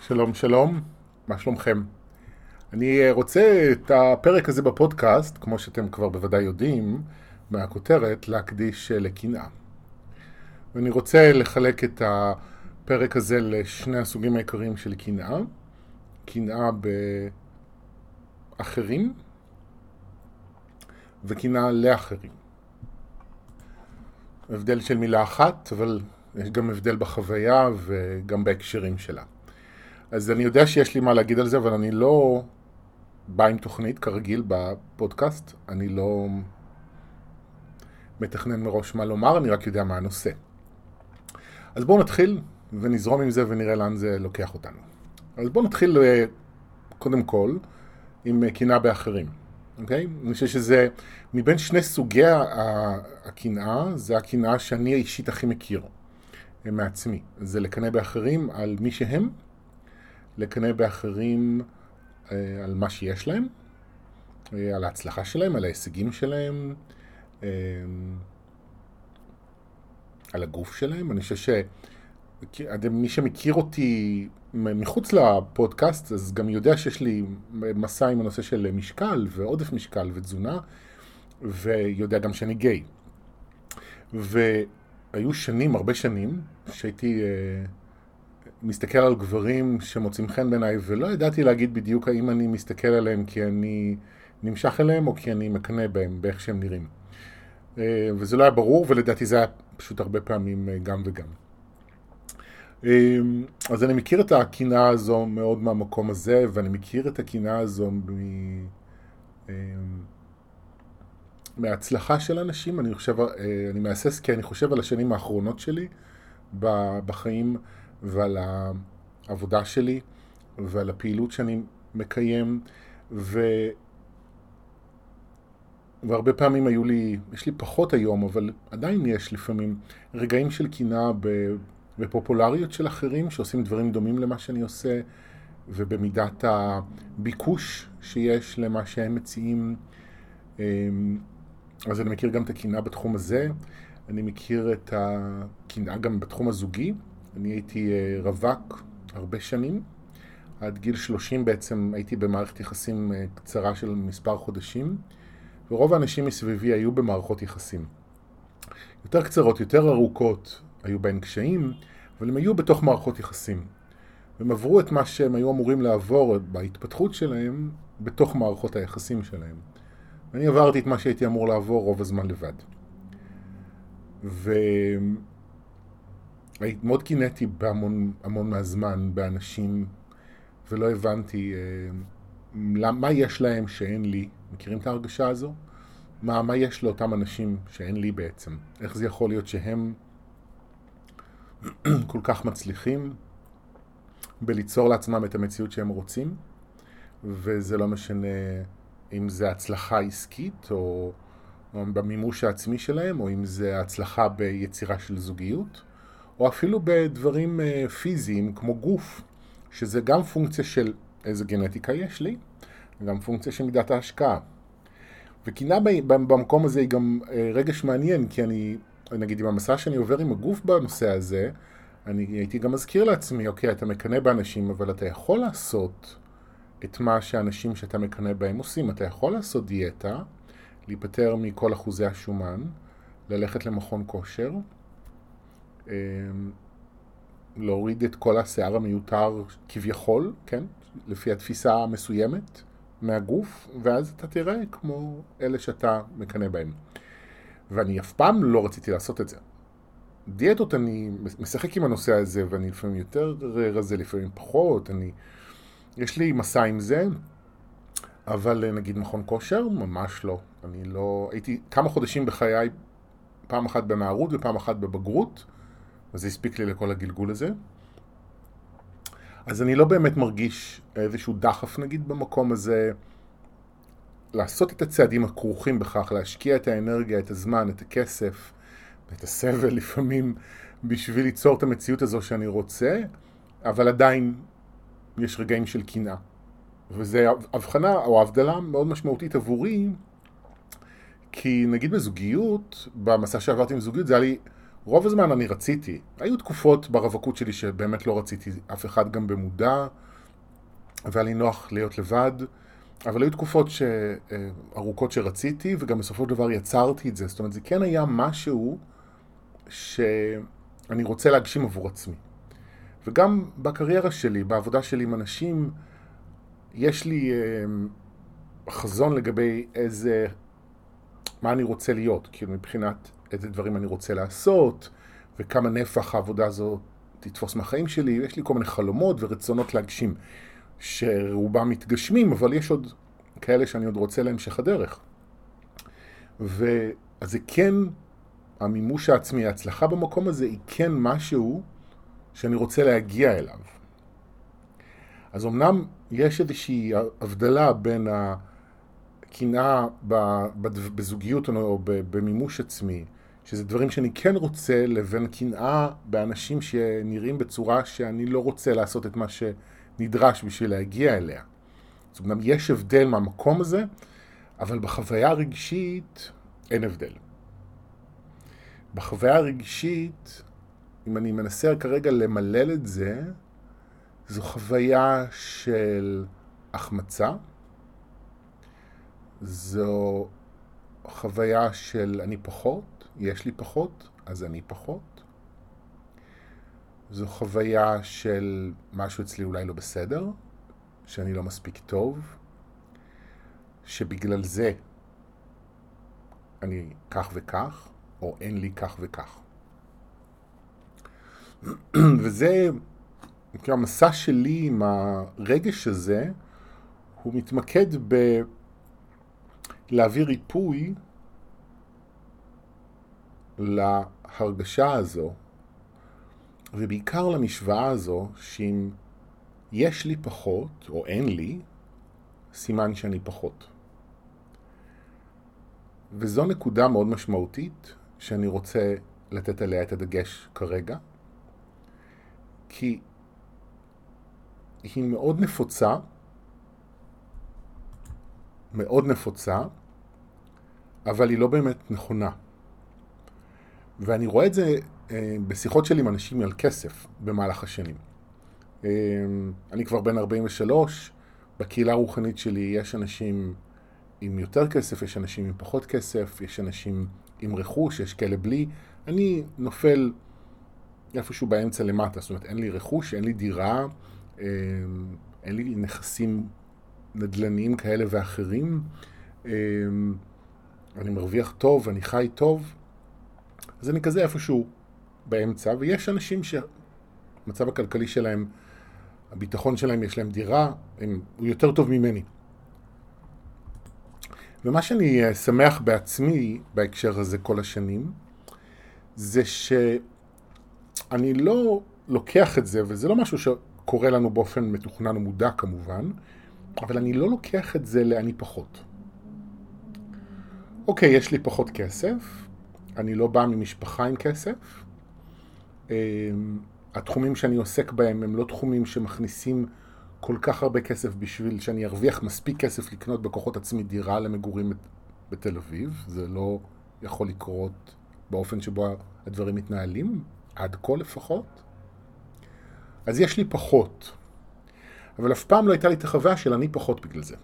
שלום שלום, מה שלומכם? אני רוצה את הפרק הזה בפודקאסט, כמו שאתם כבר בוודאי יודעים מהכותרת, להקדיש לקנאה. ואני רוצה לחלק את הפרק הזה לשני הסוגים העיקריים של קנאה. קנאה באחרים וקנאה לאחרים. הבדל של מילה אחת, אבל יש גם הבדל בחוויה וגם בהקשרים שלה. אז אני יודע שיש לי מה להגיד על זה, אבל אני לא בא עם תוכנית כרגיל בפודקאסט. אני לא מתכנן מראש מה לומר, אני רק יודע מה הנושא. אז בואו נתחיל ונזרום עם זה ונראה לאן זה לוקח אותנו. אז בואו נתחיל קודם כל עם קנאה באחרים. אוקיי? אני חושב שזה, מבין שני סוגי הקנאה, זה הקנאה שאני האישית הכי מכיר מעצמי. זה לקנא באחרים על מי שהם, לקנא באחרים על מה שיש להם, על ההצלחה שלהם, על ההישגים שלהם, על הגוף שלהם. אני חושב שמי שמכיר אותי מחוץ לפודקאסט, אז גם יודע שיש לי מסע עם הנושא של משקל ועודף משקל ותזונה, ויודע גם שאני גיי. והיו שנים, הרבה שנים, שהייתי מסתכל על גברים שמוצאים חן בעיניי, ולא ידעתי להגיד בדיוק האם אני מסתכל עליהם כי אני נמשך אליהם, או כי אני מקנא בהם, באיך שהם נראים. וזה לא היה ברור, ולדעתי זה היה פשוט הרבה פעמים גם וגם. אז אני מכיר את הקנאה הזו מאוד מהמקום הזה, ואני מכיר את הקנאה הזו מההצלחה של אנשים. אני מאסס כי אני חושב על השנים האחרונות שלי בחיים, ועל העבודה שלי, ועל הפעילות שאני מקיים, והרבה פעמים יש לי פחות היום, אבל עדיין יש לפעמים רגעים של קנאה בפופולריות של אחרים, שעושים דברים דומים למה שאני עושה, ובמידת הביקוש שיש למה שהם מציעים. אז אני מכיר גם את הקנאה בתחום הזה. אני מכיר את הקנאה גם בתחום הזוגי. אני הייתי רווק הרבה שנים. עד גיל 30 בעצם הייתי במערכת יחסים קצרה של מספר חודשים, ורוב האנשים מסביבי היו במערכות יחסים. יותר קצרות, יותר ארוכות, היו בהן קשיים, אבל הם היו בתוך מערכות יחסים. והם עברו את מה שהם היו אמורים לעבור בהתפתחות שלהם בתוך מערכות היחסים שלהם. ואני עברתי את מה שהייתי אמור לעבור רוב הזמן לבד. מאוד קינאתי המון מהזמן באנשים, ולא הבנתי מה יש להם שאין לי. מכירים את ההרגשה הזו? מה יש לאותם אנשים שאין לי בעצם? איך זה יכול להיות שהם כל כך מצליחים בליצור לעצמם את המציאות שהם רוצים, וזה לא משנה אם זה הצלחה עסקית או במימוש העצמי שלהם, או אם זה הצלחה ביצירה של זוגיות, או אפילו בדברים פיזיים כמו גוף, שזה גם פונקציה של איזה גנטיקה יש לי, גם פונקציה של מידת ההשקעה. וקנאה במקום הזה היא גם רגש מעניין, כי נגיד עם המסע שאני עובר עם הגוף בנושא הזה, אני הייתי גם מזכיר לעצמי, אוקיי, אתה מקנא באנשים, אבל אתה יכול לעשות את מה שאנשים שאתה מקנא בהם עושים. אתה יכול לעשות דיאטה, להיפטר מכל אחוזי השומן, ללכת למכון כושר, להוריד את כל השיער המיותר כביכול, כן? לפי התפיסה המסוימת מהגוף, ואז אתה תראה כמו אלה שאתה מקנא בהם. ואני אף פעם לא רציתי לעשות את זה. דיאטות, אני משחק עם הנושא הזה, ואני לפעמים יותר רזה, לפעמים פחות. יש לי מסע עם זה, אבל נגיד מכון כושר, ממש לא. אני לא... הייתי כמה חודשים בחיי, פעם אחת בנערות ופעם אחת בבגרות, וזה הספיק לי לכל הגלגול הזה. אז אני לא באמת מרגיש איזשהו דחף, נגיד, במקום הזה, לעשות את הצעדים הכרוכים בכך, להשקיע את האנרגיה, את הזמן, את הכסף, את הסבל לפעמים, בשביל ליצור את המציאות הזו שאני רוצה, אבל עדיין יש רגעים של קנאה. וזה הבחנה או הבדלה מאוד משמעותית עבורי, כי נגיד בזוגיות, במסע שעברתי עם זוגיות, זה היה לי רוב הזמן אני רציתי. היו תקופות ברווקות שלי שבאמת לא רציתי אף אחד גם במודע, והיה לי נוח להיות לבד, אבל היו תקופות ארוכות שרציתי, וגם בסופו של דבר יצרתי את זה. זאת אומרת, זה כן היה משהו שאני רוצה להגשים עבור עצמי. וגם בקריירה שלי, בעבודה שלי עם אנשים, יש לי חזון לגבי מה אני רוצה להיות, כאילו מבחינת איזה דברים אני רוצה לעשות, וכמה נפח העבודה הזו תתפוס מהחיים שלי. יש לי כל מיני חלומות ורצונות להגשים, שרובם מתגשמים, אבל יש עוד כאלה שאני עוד רוצה להמשך הדרך. אז זה כן, המימוש העצמי, ההצלחה במקום הזה, היא כן משהו שאני רוצה להגיע אליו. אז אמנם יש איזושהי הבדלה בין הקנאה בזוגיות או במימוש עצמי, שזה דברים שאני כן רוצה, לבין קנאה באנשים שנראים בצורה שאני לא רוצה לעשות את מה שנדרש בשביל להגיע אליה. אז אמנם יש הבדל מהמקום הזה, אבל בחוויה הרגשית אין הבדל. בחוויה הרגשית, אם אני מנסה כרגע למלל את זה, זו חוויה של החמצה, זו חוויה של אני פחות, יש לי פחות, אז אני פחות. זו חוויה של משהו אצלי אולי לא בסדר, שאני לא מספיק טוב, שבגלל זה אני כך וכך, או אין לי כך וכך. וזה, המסע שלי עם הרגש הזה, הוא מתמקד להביא ריפוי להרגשה הזו, ובעיקר למשוואה הזו, שאם יש לי פחות, או אין לי, סימן שאני פחות. וזו נקודה מאוד משמעותית, שאני רוצה לתת עליה את הדגש כרגע, כי היא מאוד נפוצה, אבל היא לא באמת נכונה. ואני רואה את זה בשיחות שלי עם אנשים על כסף במהלך השנים. אני כבר בן 43, בקהילה הרוחנית שלי יש אנשים עם יותר כסף, יש אנשים עם פחות כסף, יש אנשים עם רכוש, יש כאלה בלי. אני נופל איפשהו באמצע למטה, זאת אומרת, אין לי רכוש, אין לי דירה, אין לי נכסים נדלניים כאלה ואחרים, אני מרוויח טוב, אני חי טוב, אז אני כזה איפשהו באמצע, ויש אנשים שהמצב הכלכלי שלהם, הביטחון שלהם, יש להם דירה, הוא יותר טוב ממני. ומה שאני שמח בעצמי בהקשר הזה כל השנים, זה שאני לא לוקח את זה, וזה לא משהו שקורה לנו באופן מתוכנן ומודע כמובן, אבל אני לא לוקח את זה לאני פחות. אוקיי, יש לי פחות כסף, אני לא בא ממשפחה עם כסף, התחומים שאני עוסק בהם הם לא תחומים שמכניסים כל כך הרבה כסף בשביל שאני ארוויח מספיק כסף לקנות בכוחות עצמי דירה למגורים בתל אביב. זה לא יכול לקרות באופן שבו הדברים מתנהלים, עד כה לפחות. אז יש לי פחות, אבל אף פעם לא הייתה לי את החוויה של אני פחות בגלל זה.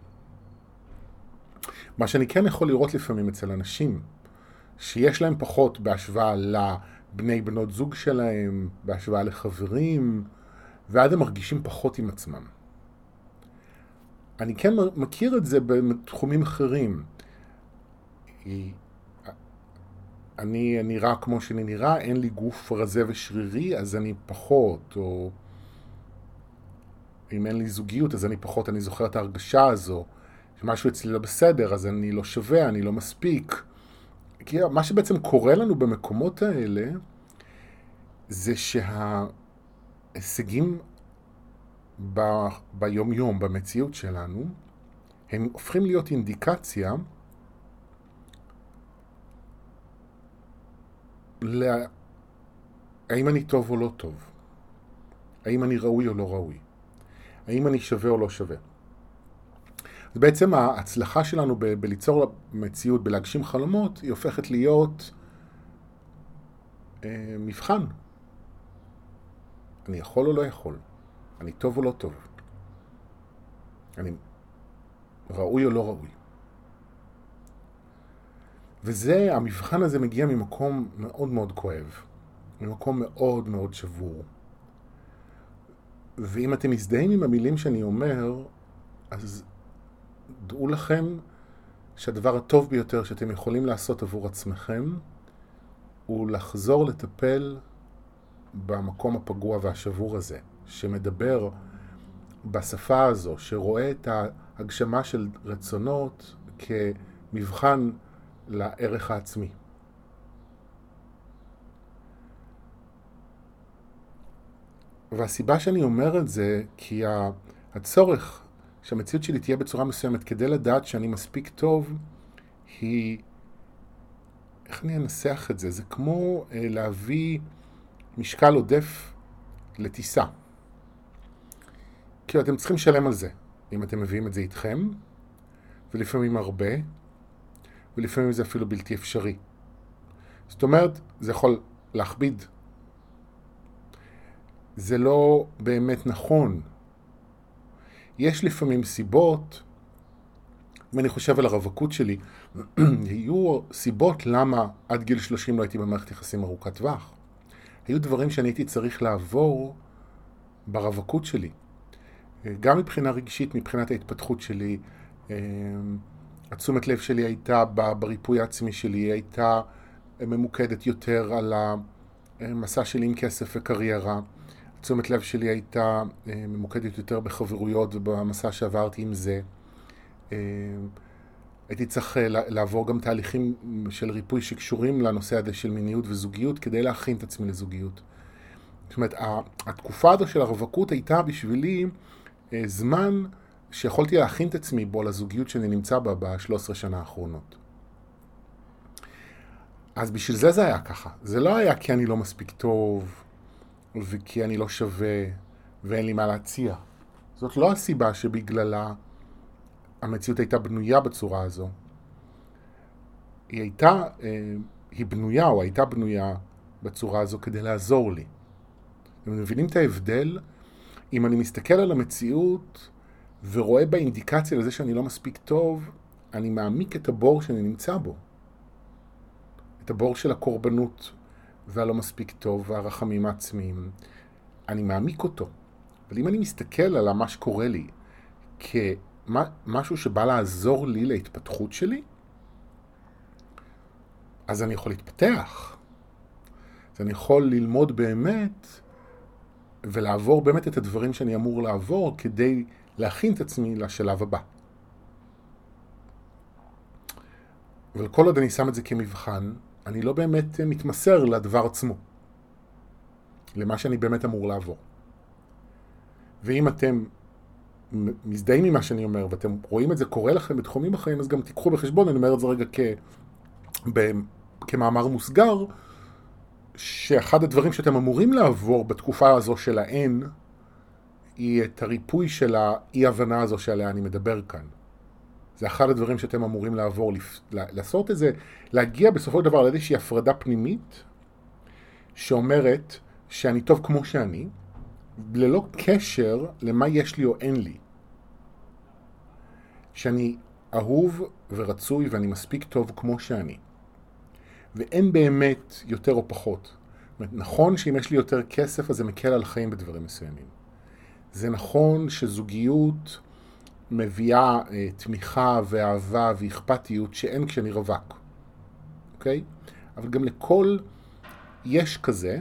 מה שאני כן יכול לראות לפעמים אצל אנשים, שיש להם פחות בהשוואה לבני בנות זוג שלהם, בהשוואה לחברים, ועד הם מרגישים פחות עם עצמם. אני כן מכיר את זה בתחומים אחרים. אני נראה כמו שאני נראה, אין לי גוף רזה ושרירי, אז אני פחות, או אם אין לי זוגיות, אז אני פחות, אני זוכר את ההרגשה הזו, שמשהו אצלי לא בסדר, אז אני לא שווה, אני לא מספיק. כי מה שבעצם קורה לנו במקומות האלה, זה שההישגים ביום-יום, במציאות שלנו, הם הופכים להיות אינדיקציה האם אני טוב או לא טוב, האם אני ראוי או לא ראוי, האם אני שווה או לא שווה. אז בעצם ההצלחה שלנו בליצור מציאות, בלהגשים חלומות, היא הופכת להיות מבחן. אני יכול או לא יכול? אני טוב או לא טוב? אני ראוי או לא ראוי? וזה, המבחן הזה מגיע ממקום מאוד מאוד כואב, ממקום מאוד מאוד שבור. ואם אתם מזדהים עם המילים שאני אומר, אז דעו לכם שהדבר הטוב ביותר שאתם יכולים לעשות עבור עצמכם, הוא לחזור לטפל במקום הפגוע והשבור הזה, שמדבר בשפה הזו, שרואה את ההגשמה של רצונות כמבחן לערך העצמי. והסיבה שאני אומר את זה, כי הצורך שהמציאות שלי תהיה בצורה מסוימת כדי לדעת שאני מספיק טוב, היא, איך אני אנסח את זה? זה כמו להביא משקל עודף לטיסה. כי אתם צריכים לשלם על זה, אם אתם מביאים את זה איתכם, ולפעמים הרבה, ולפעמים זה אפילו בלתי אפשרי. זאת אומרת, זה יכול להכביד. זה לא באמת נכון. יש לפעמים סיבות, אם אני חושב על הרווקות שלי, היו סיבות למה עד גיל 30 לא הייתי במערכת יחסים ארוכת טווח. היו דברים שאני הייתי צריך לעבור ברווקות שלי. גם מבחינה רגשית, מבחינת ההתפתחות שלי, התשומת לב שלי הייתה בריפוי העצמי שלי, היא הייתה ממוקדת יותר על המסע שלי עם כסף וקריירה. התשומת לב שלי הייתה ממוקדת יותר בחברויות ובמסע שעברתי עם זה. הייתי צריך לעבור גם תהליכים של ריפוי שקשורים לנושא הזה של מיניות וזוגיות כדי להכין את עצמי לזוגיות. זאת אומרת, התקופה הזו של הרווקות הייתה בשבילי זמן שיכולתי להכין את עצמי בו לזוגיות שאני נמצא בה ב-13 שנה האחרונות. אז בשביל זה היה ככה. זה לא היה כי אני לא מספיק טוב, וכי אני לא שווה, ואין לי מה להציע. זאת לא הסיבה שבגללה המציאות הייתה בנויה בצורה הזו. היא הייתה בנויה בצורה הזו כדי לעזור לי. אתם מבינים את ההבדל? אם אני מסתכל על המציאות ורואה באינדיקציה לזה שאני לא מספיק טוב, אני מעמיק את הבור שאני נמצא בו. את הבור של הקורבנות והלא מספיק טוב והרחמים העצמיים. אני מעמיק אותו. אבל אם אני מסתכל על מה שקורה לי כמשהו שבא לעזור לי להתפתחות שלי, אז אני יכול להתפתח. אז אני יכול ללמוד באמת ולעבור באמת את הדברים שאני אמור לעבור כדי להכין את עצמי לשלב הבא. אבל כל עוד אני שם את זה כמבחן, אני לא באמת מתמסר לדבר עצמו, למה שאני באמת אמור לעבור. ואם אתם מזדהים ממה שאני אומר, ואתם רואים את זה קורה לכם בתחומים אחרים, אז גם תיקחו בחשבון, אני אומר את זה רגע כמאמר מוסגר, שאחד הדברים שאתם אמורים לעבור בתקופה הזו של האין, היא את הריפוי של האי-הבנה הזו שעליה אני מדבר כאן. זה אחד הדברים שאתם אמורים לעבור, לעשות את זה, להגיע בסופו של דבר לאיזושהי הפרדה פנימית, שאומרת שאני טוב כמו שאני, ללא קשר למה יש לי או אין לי. שאני אהוב ורצוי ואני מספיק טוב כמו שאני. ואין באמת יותר או פחות. נכון שאם יש לי יותר כסף, אז זה מקל על חיים בדברים מסוימים. זה נכון שזוגיות מביאה תמיכה ואהבה ואכפתיות שאין כשאני רווק. אוקיי? אבל גם לכל יש כזה,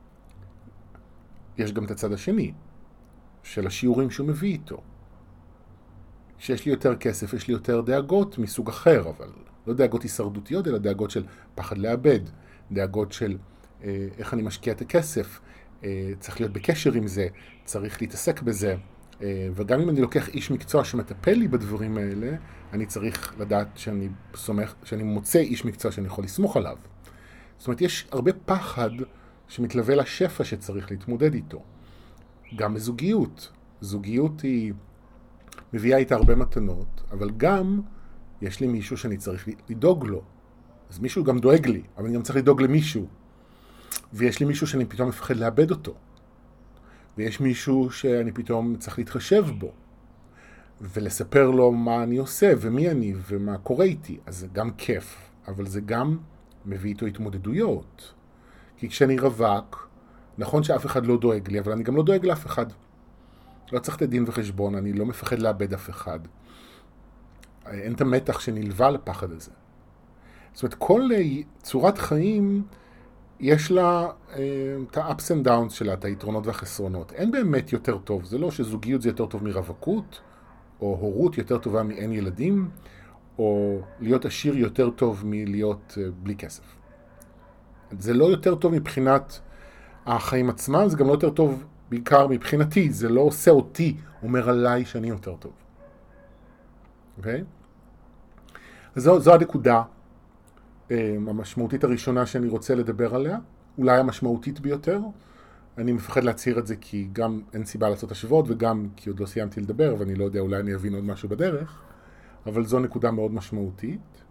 יש גם את הצד השני, של השיעורים שהוא מביא איתו. כשיש לי יותר כסף, יש לי יותר דאגות מסוג אחר, אבל לא דאגות הישרדותיות, אלא דאגות של פחד לאבד, דאגות של איך אני משקיע את הכסף, צריך להיות בקשר עם זה, צריך להתעסק בזה, וגם אם אני לוקח איש מקצוע שמטפל לי בדברים האלה, אני צריך לדעת שאני מוצא איש מקצוע שאני יכול לסמוך עליו. זאת אומרת, יש הרבה פחד שמתלווה לשפע שצריך להתמודד איתו. גם בזוגיות. זוגיות היא מביאה איתה הרבה מתנות, אבל גם יש לי מישהו שאני צריך לדאוג לו. אז מישהו גם דואג לי, אבל אני גם צריך לדאוג למישהו. ויש לי מישהו שאני פתאום מפחד לאבד אותו. ויש מישהו שאני פתאום צריך להתחשב בו. ולספר לו מה אני עושה, ומי אני, ומה קורה איתי. אז זה גם כיף, אבל זה גם מביא איתו התמודדויות. כי כשאני רווק, נכון שאף אחד לא דואג לי, אבל אני גם לא דואג לאף אחד. לא צריך את דין וחשבון, אני לא מפחד לאבד אף אחד. אין את המתח שנלווה לפחד הזה. זאת אומרת, כל צורת חיים יש לה את ה-ups and downs שלה, את היתרונות והחסרונות. אין באמת יותר טוב. זה לא שזוגיות זה יותר טוב מרווקות, או הורות יותר טובה מאין ילדים, או להיות עשיר יותר טוב מלהיות בלי כסף. זה לא יותר טוב מבחינת החיים עצמם, זה גם לא יותר טוב בעיקר מבחינתי. זה לא עושה אותי, אומר עליי שאני יותר טוב. אוקיי? אז זו הנקודה המשמעותית הראשונה שאני רוצה לדבר עליה, אולי המשמעותית ביותר. אני מפחד להצהיר את זה כי גם אין סיבה לעשות השוואות, וגם כי עוד לא סיימתי לדבר, ואני לא יודע, אולי אני אבין עוד משהו בדרך, אבל זו נקודה מאוד משמעותית.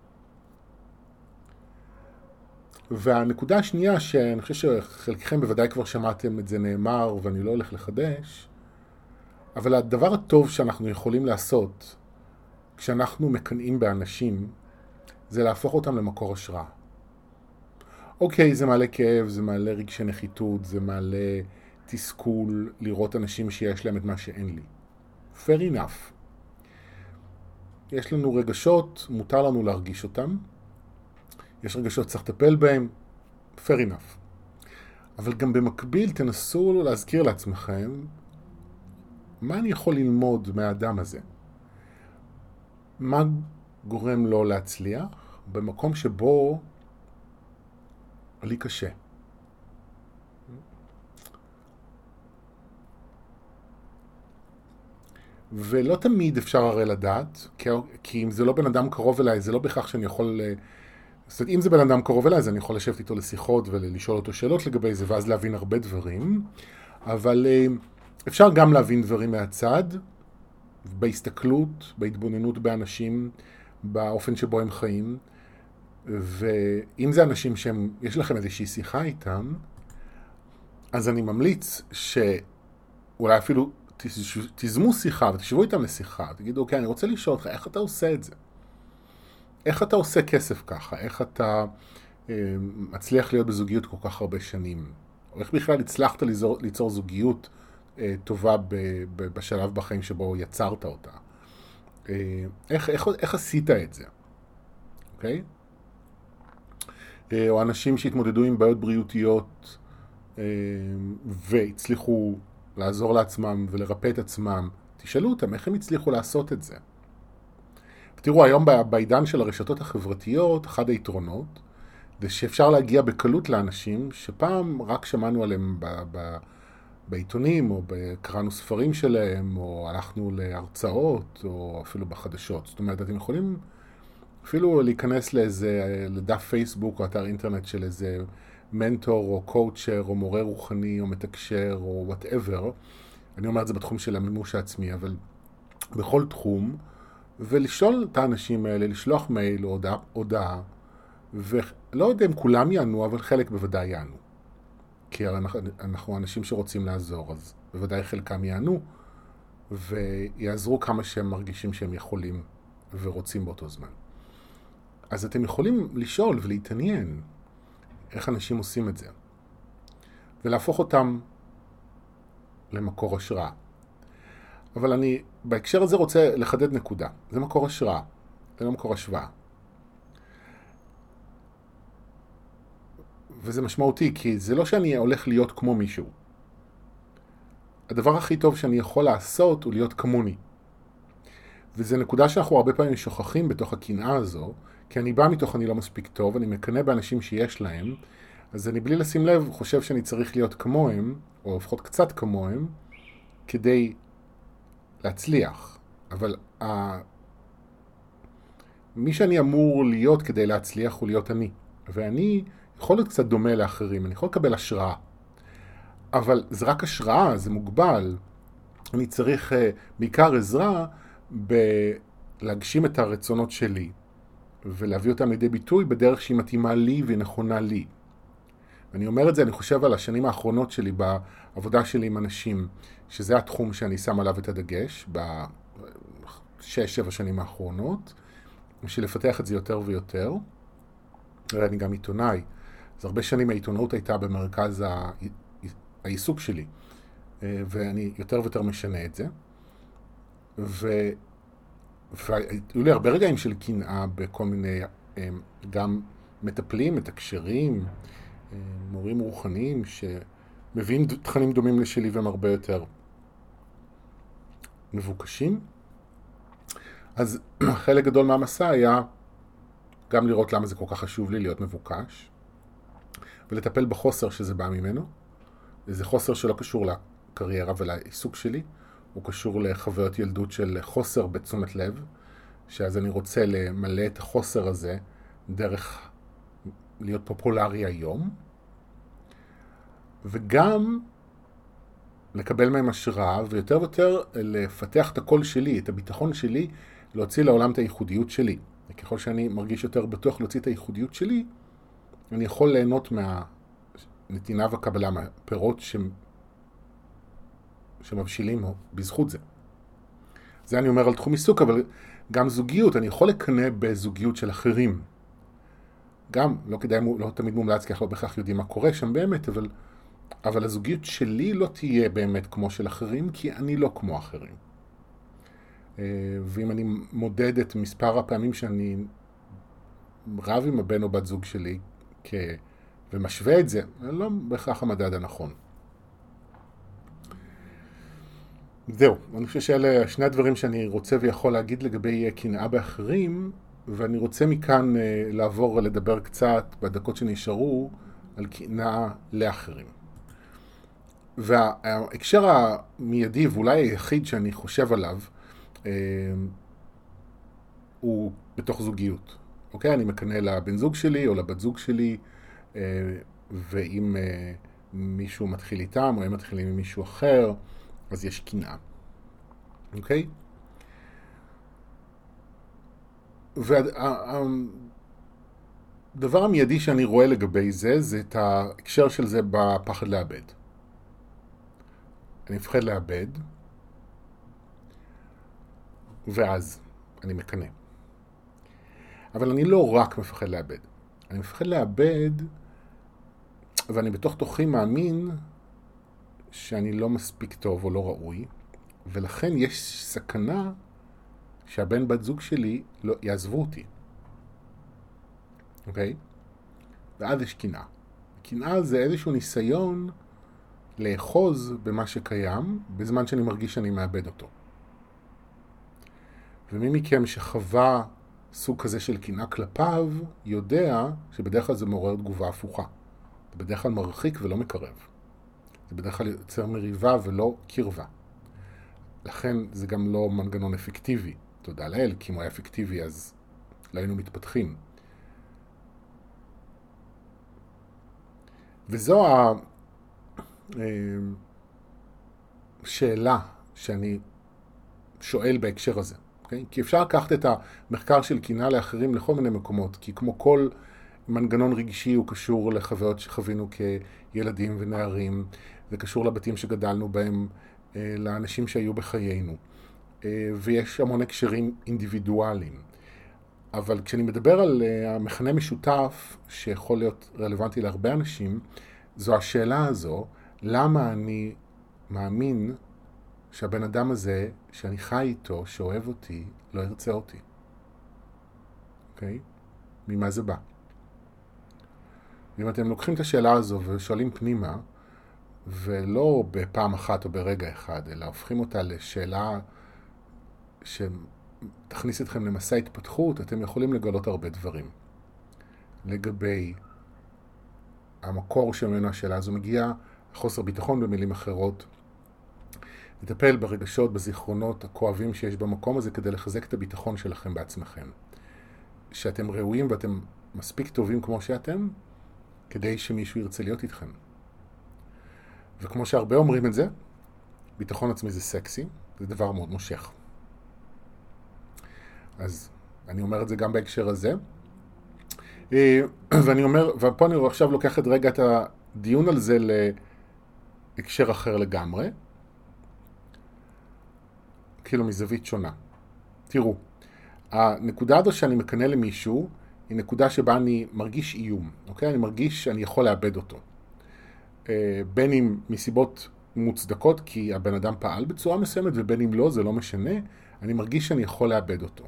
והנקודה השנייה, שאני חושב שחלקכם בוודאי כבר שמעתם את זה נאמר, ואני לא הולך לחדש, אבל הדבר הטוב שאנחנו יכולים לעשות, כשאנחנו מקנאים באנשים, זה להפוך אותם למקור השראה. אוקיי, זה מעלה כאב, זה מעלה רגשי נחיתות, זה מעלה תסכול לראות אנשים שיש להם את מה שאין לי. Fair enough. יש לנו רגשות, מותר לנו להרגיש אותם. יש רגשות צריך לטפל בהם, fair enough. אבל גם במקביל תנסו להזכיר לעצמכם, מה אני יכול ללמוד מהאדם הזה? מה גורם לו להצליח במקום שבו לי קשה. ולא תמיד אפשר הרי לדעת, כי אם זה לא בן אדם קרוב אליי, זה לא בכך שאני יכול... זאת אומרת, אם זה בן אדם קרוב אליי, אז אני יכול לשבת איתו לשיחות ולשאול אותו שאלות לגבי זה, ואז להבין הרבה דברים. אבל אפשר גם להבין דברים מהצד, בהסתכלות, בהתבוננות באנשים, באופן שבו הם חיים. ואם זה אנשים שיש לכם איזושהי שיחה איתם, אז אני ממליץ שאולי אפילו תזמו שיחה ותשבו איתם לשיחה, תגידו, אוקיי, אני רוצה לשאול אותך, איך אתה עושה את זה? איך אתה עושה כסף ככה? איך אתה מצליח להיות בזוגיות כל כך הרבה שנים? או איך בכלל הצלחת ליצור זוגיות טובה בשלב בחיים שבו יצרת אותה? איך עשית את זה? אוקיי? או אנשים שהתמודדו עם בעיות בריאותיות והצליחו לעזור לעצמם ולרפא את עצמם, תשאלו אותם איך הם הצליחו לעשות את זה. תראו, היום בעידן של הרשתות החברתיות, אחד היתרונות זה שאפשר להגיע בקלות לאנשים שפעם רק שמענו עליהם בעיתונים, או קראנו ספרים שלהם, או הלכנו להרצאות, או אפילו בחדשות. זאת אומרת, אתם יכולים אפילו להיכנס לדף פייסבוק או אתר אינטרנט של איזה מנטור או קואוצ'ר או מורה רוחני או מתקשר או whatever. אני אומר את זה בתחום של המימוש העצמי, אבל בכל תחום, ולשאול את האנשים האלה, לשלוח מייל או הודעה, ולא יודע אם כולם יענו, אבל חלק בוודאי יענו. כי אנחנו אנשים שרוצים לעזור, אז בוודאי חלקם יענו, ויעזרו כמה שהם מרגישים שהם יכולים ורוצים באותו זמן. אז אתם יכולים לשאול ולהתעניין איך אנשים עושים את זה, ולהפוך אותם למקור השראה. אבל אני בהקשר הזה רוצה לחדד נקודה. זה מקור השראה, זה לא מקור השוואה. וזה משמעותי, כי זה לא שאני הולך להיות כמו מישהו. הדבר הכי טוב שאני יכול לעשות הוא להיות כמוני. וזו נקודה שאנחנו הרבה פעמים שוכחים בתוך הקנאה הזו, כי אני בא מתוך אני לא מספיק טוב, אני מקנא באנשים שיש להם, אז אני בלי לשים לב חושב שאני צריך להיות כמוהם, או לפחות קצת כמוהם, כדי להצליח. אבל מי שאני אמור להיות כדי להצליח הוא להיות אני. ואני יכול להיות קצת דומה לאחרים, אני יכול לקבל השראה. אבל זה רק השראה, זה מוגבל. אני צריך בעיקר עזרה בלהגשים את הרצונות שלי, ולהביא אותם לידי ביטוי בדרך שהיא מתאימה לי והיא נכונה לי. אני אומר את זה, אני חושב על השנים האחרונות שלי בעבודה שלי עם אנשים, שזה התחום שאני שם עליו את הדגש, ב6-7 שנים האחרונות, בשביל לפתח את זה יותר ויותר. אני גם עיתונאי, אז הרבה שנים העיתונאות הייתה במרכז העיסוק שלי, ואני יותר ויותר משנה את זה. והיו לי הרבה רגעים של קנאה בכל מיני, גם מטפלים, מתקשרים, מורים רוחניים שמביאים תכנים דומים לשלי והם הרבה יותר מבוקשים. אז חלק גדול מהמסע היה גם לראות למה זה כל כך חשוב לי להיות מבוקש, ולטפל בחוסר שזה בא ממנו. זה חוסר שלא קשור לקריירה ולעיסוק שלי, הוא קשור לחוויות ילדות של חוסר בתשומת לב, שאז אני רוצה למלא את החוסר הזה דרך להיות פופולרי היום, וגם לקבל מהם השראה, ויותר ויותר לפתח את הקול שלי, את הביטחון שלי, להוציא לעולם את הייחודיות שלי. וככל שאני מרגיש יותר בטוח להוציא את הייחודיות שלי, אני יכול ליהנות מהנתינה והקבלה, מהפירות שמבשילים בזכות זה. זה אני אומר על תחום עיסוק, אבל גם זוגיות, אני יכול לקנא בזוגיות של אחרים. גם, לא כדאי, לא תמיד מומלץ, כי אנחנו לא בכך יודעים מה קורה שם באמת, אבל הזוגיות שלי לא תהיה באמת כמו של אחרים, כי אני לא כמו אחרים. ואם אני מודד את מספר הפעמים שאני רב עם הבן או בת זוג שלי, ומשווה את זה, לא בהכרח המדד הנכון. זהו, אני חושב שאלה שני הדברים שאני רוצה ויכול להגיד לגבי קנאה באחרים, ואני רוצה מכאן לעבור ולדבר קצת בדקות שנשארו על קנאה לאחרים. וההקשר המיידי ואולי היחיד שאני חושב עליו הוא בתוך זוגיות. אוקיי? אני מקנא לבן זוג שלי או לבת זוג שלי, ואם מישהו מתחיל איתם או הם מתחילים עם מישהו אחר, אז יש קנאה. אוקיי? והדבר המיידי שאני רואה לגבי זה את ההקשר של זה בפחד לאבד. אני מפחד לאבד, ואז אני מקנא. אבל אני לא רק מפחד לאבד. אני מפחד לאבד, ואני בתוך תוכי מאמין שאני לא מספיק טוב או לא ראוי, ולכן יש סכנה שהבן בת זוג שלי לא יעזבו אותי. אוקיי? ואז יש קנאה. קנאה זה איזשהו ניסיון לאחוז במה שקיים, בזמן שאני מרגיש שאני מאבד אותו. ומי מכם שחווה סוג כזה של קנאה כלפיו, יודע שבדרך כלל זה מעורר תגובה הפוכה. זה בדרך כלל מרחיק ולא מקרב. זה בדרך כלל יוצר מריבה ולא קרבה. לכן זה גם לא מנגנון אפקטיבי. תודה לאל, כי אם הוא היה אפקטיבי אז לא היינו מתפתחים. וזו השאלה שאני שואל בהקשר הזה. Okay? כי אפשר לקחת את המחקר של קנאה לאחרים לכל מיני מקומות, כי כמו כל מנגנון רגשי הוא קשור לחוויות שחווינו כילדים ונערים, זה קשור לבתים שגדלנו בהם, לאנשים שהיו בחיינו. ויש המון הקשרים אינדיבידואליים. אבל כשאני מדבר על המכנה משותף שיכול להיות רלוונטי להרבה אנשים, זו השאלה הזו, למה אני מאמין שהבן אדם הזה, שאני חי איתו, שאוהב אותי, לא ירצה אותי. אוקיי? ממה זה בא? ואם אתם לוקחים את השאלה הזו ושואלים פנימה, ולא בפעם אחת או ברגע אחד, אלא הופכים אותה לשאלה שתכניס אתכם למסע התפתחות, אתם יכולים לגלות הרבה דברים. לגבי המקור שממנו השאלה הזו מגיעה, חוסר ביטחון במילים אחרות, לטפל ברגשות, בזיכרונות הכואבים שיש במקום הזה כדי לחזק את הביטחון שלכם בעצמכם. שאתם ראויים ואתם מספיק טובים כמו שאתם, כדי שמישהו ירצה להיות איתכם. וכמו שהרבה אומרים את זה, ביטחון עצמי זה סקסי, זה דבר מאוד מושך. אז אני אומר את זה גם בהקשר הזה. ואני אומר, ופה אני עכשיו לוקח את רגע את דיון על זה להקשר אחר לגמרי, כאילו מזווית שונה. תראו, הנקודה הזו שאני מקנה למישהו, היא נקודה שבה אני מרגיש איום, אוקיי? אני מרגיש שאני יכול לאבד אותו. בין אם מסיבות מוצדקות, כי הבן אדם פעל בצורה מסוימת, ובין אם לא, זה לא משנה, אני מרגיש שאני יכול לאבד אותו.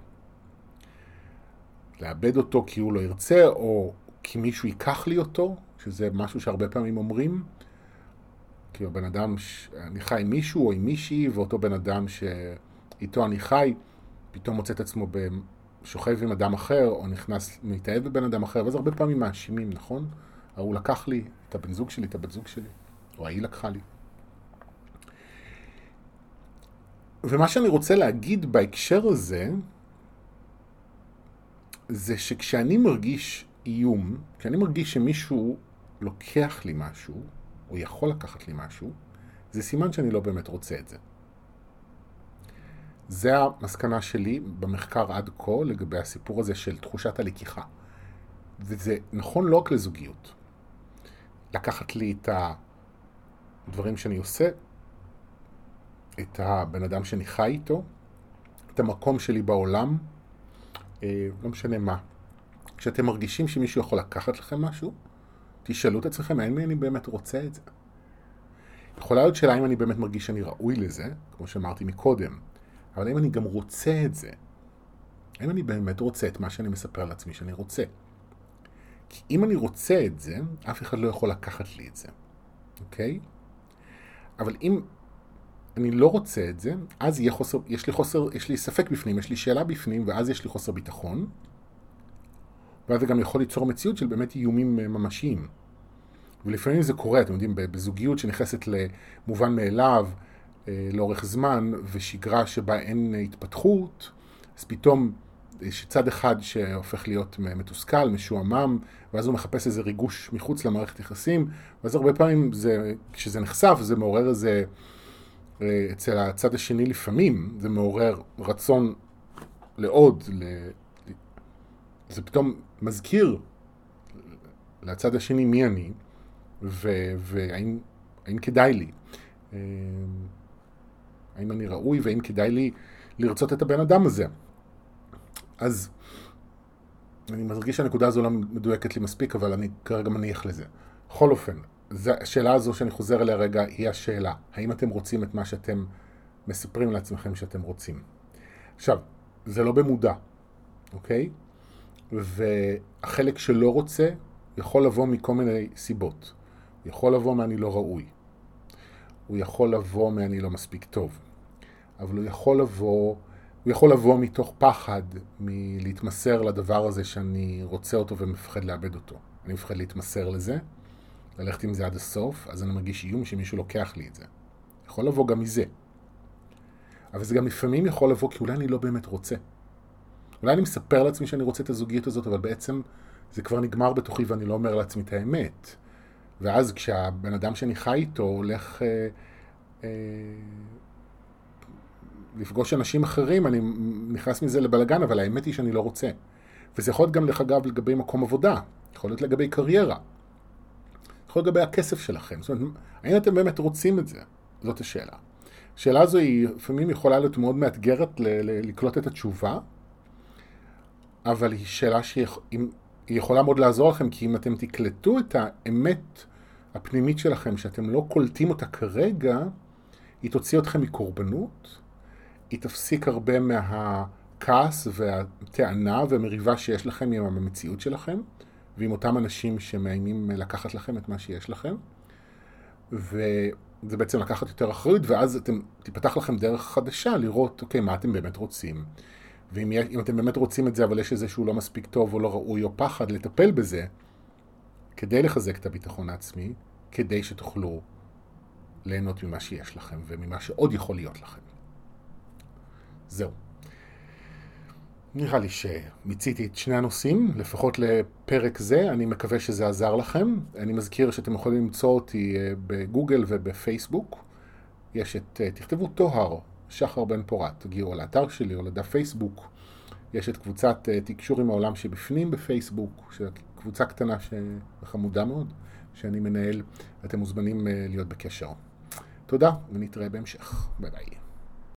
לאבד אותו כי הוא לא ירצה, או כי מישהו ייקח לי אותו, שזה משהו שהרבה פעמים אומרים, כי הבן אדם, אני חי עם מישהו או עם מישהי, ואותו בן אדם שאיתו אני חי, פתאום מוצא את עצמו שוכב עם אדם אחר, או נכנס, מתאהב בבן אדם אחר, ואז הרבה פעמים מאשימים, נכון? הוא לקח לי את הבן זוג שלי, את הבת זוג שלי, או היא לקחה לי. ומה שאני רוצה להגיד בהקשר הזה, זה שכשאני מרגיש איום, כשאני מרגיש שמישהו לוקח לי משהו, או יכול לקחת לי משהו, זה סימן שאני לא באמת רוצה את זה. זה המסקנה שלי במחקר עד כה לגבי הסיפור הזה של תחושת הלקיחה. וזה נכון לא רק לזוגיות. לקחת לי את הדברים שאני עושה, את הבן אדם שאני חי איתו, את המקום שלי בעולם, לא משנה מה. כשאתם מרגישים שמישהו יכול לקחת לכם משהו, תשאלו את עצמכם, האם אני באמת רוצה את זה? יכולה להיות שאלה אם אני באמת מרגיש שאני ראוי לזה, כמו שאמרתי מקודם, אבל האם אני גם רוצה את זה? האם אני באמת רוצה את מה שאני מספר לעצמי שאני רוצה? כי אם אני רוצה את זה, אף אחד לא יכול לקחת לי את זה, אוקיי? אבל אם אני לא רוצה את זה, אז יש לי ספק בפנים, יש לי שאלה בפנים, ואז יש לי חוסר ביטחון, ואז זה גם יכול ליצור מציאות של באמת איומים ממשיים. ולפעמים זה קורה, אתם יודעים, בזוגיות שנכנסת למובן מאליו, לאורך זמן, ושגרה שבה אין התפתחות, אז פתאום יש צד אחד שהופך להיות מתוסכל, משועמם, ואז הוא מחפש איזה ריגוש מחוץ למערכת יחסים, ואז הרבה פעמים כשזה נחשף, זה מעורר איזה, אצל הצד השני לפעמים, זה מעורר רצון לעוד, זה פתאום מזכיר לצד השני מי אני, והאם כדאי לי, האם אני ראוי, והאם כדאי לי לרצות את הבן אדם הזה. אז אני מרגיש שהנקודה הזו לא מדויקת לי מספיק, אבל אני כרגע מניח לזה. בכל אופן, השאלה הזו שאני חוזר אליה רגע, היא השאלה. האם אתם רוצים את מה שאתם מספרים לעצמכם שאתם רוצים? עכשיו, זה לא במודע, אוקיי? והחלק שלא רוצה יכול לבוא מכל מיני סיבות. הוא יכול לבוא מאני לא ראוי. הוא יכול לבוא מאני לא מספיק טוב. אבל הוא יכול לבוא מתוך פחד מלהתמסר לדבר הזה שאני רוצה אותו ומפחד לאבד אותו. אני מפחד להתמסר לזה, ללכת עם זה עד הסוף, אז אני מרגיש איום שמישהו לוקח לי את זה. יכול לבוא גם מזה. אבל זה גם לפעמים יכול לבוא כי אולי אני לא באמת רוצה. אולי אני מספר לעצמי שאני רוצה את הזוגיות הזאת, אבל בעצם זה כבר נגמר בתוכי ואני לא אומר לעצמי את האמת. ואז כשהבן אדם שאני חי איתו הולך לפגוש אנשים אחרים, אני נכנס מזה לבלגן, אבל האמת היא שאני לא רוצה. וזה יכול להיות גם אגב לגבי מקום עבודה, יכול להיות לגבי קריירה, יכול להיות לגבי הכסף שלכם. זאת אומרת, האם אתם באמת רוצים את זה? זאת השאלה. השאלה הזו היא לפעמים יכולה להיות מאוד מאתגרת לקלוט את התשובה, אבל היא שאלה שהיא יכולה מאוד לעזור לכם, כי אם אתם תקלטו את האמת הפנימית שלכם, שאתם לא קולטים אותה כרגע, היא תוציא אתכם מקורבנות, היא תפסיק הרבה מהכעס והטענה והמריבה שיש לכם עם המציאות שלכם, ועם אותם אנשים שמאיימים לקחת לכם את מה שיש לכם, וזה בעצם לקחת יותר אחריות, ואז תיפתח לכם דרך חדשה לראות, אוקיי, מה אתם באמת רוצים, ואם אתם באמת רוצים את זה, אבל יש איזשהו לא מספיק טוב או לא ראוי או פחד, לטפל בזה, כדי לחזק את הביטחון העצמי, כדי שתוכלו ליהנות ממה שיש לכם, וממה שעוד יכול להיות לכם. זהו. נראה לי שמיציתי את שני הנושאים, לפחות לפרק זה, אני מקווה שזה עזר לכם. אני מזכיר שאתם יכולים למצוא אותי בגוגל ובפייסבוק. תכתבו טוהר, שחר בן פורת, תגיעו לאתר שלי או לדף פייסבוק. יש את קבוצת תקשור עם העולם שבפנים בפייסבוק, קבוצה קטנה וחמודה מאוד. שאני מנהל, ואתם מוזמנים להיות בקשר. תודה, ונתראה בהמשך. ביי ביי.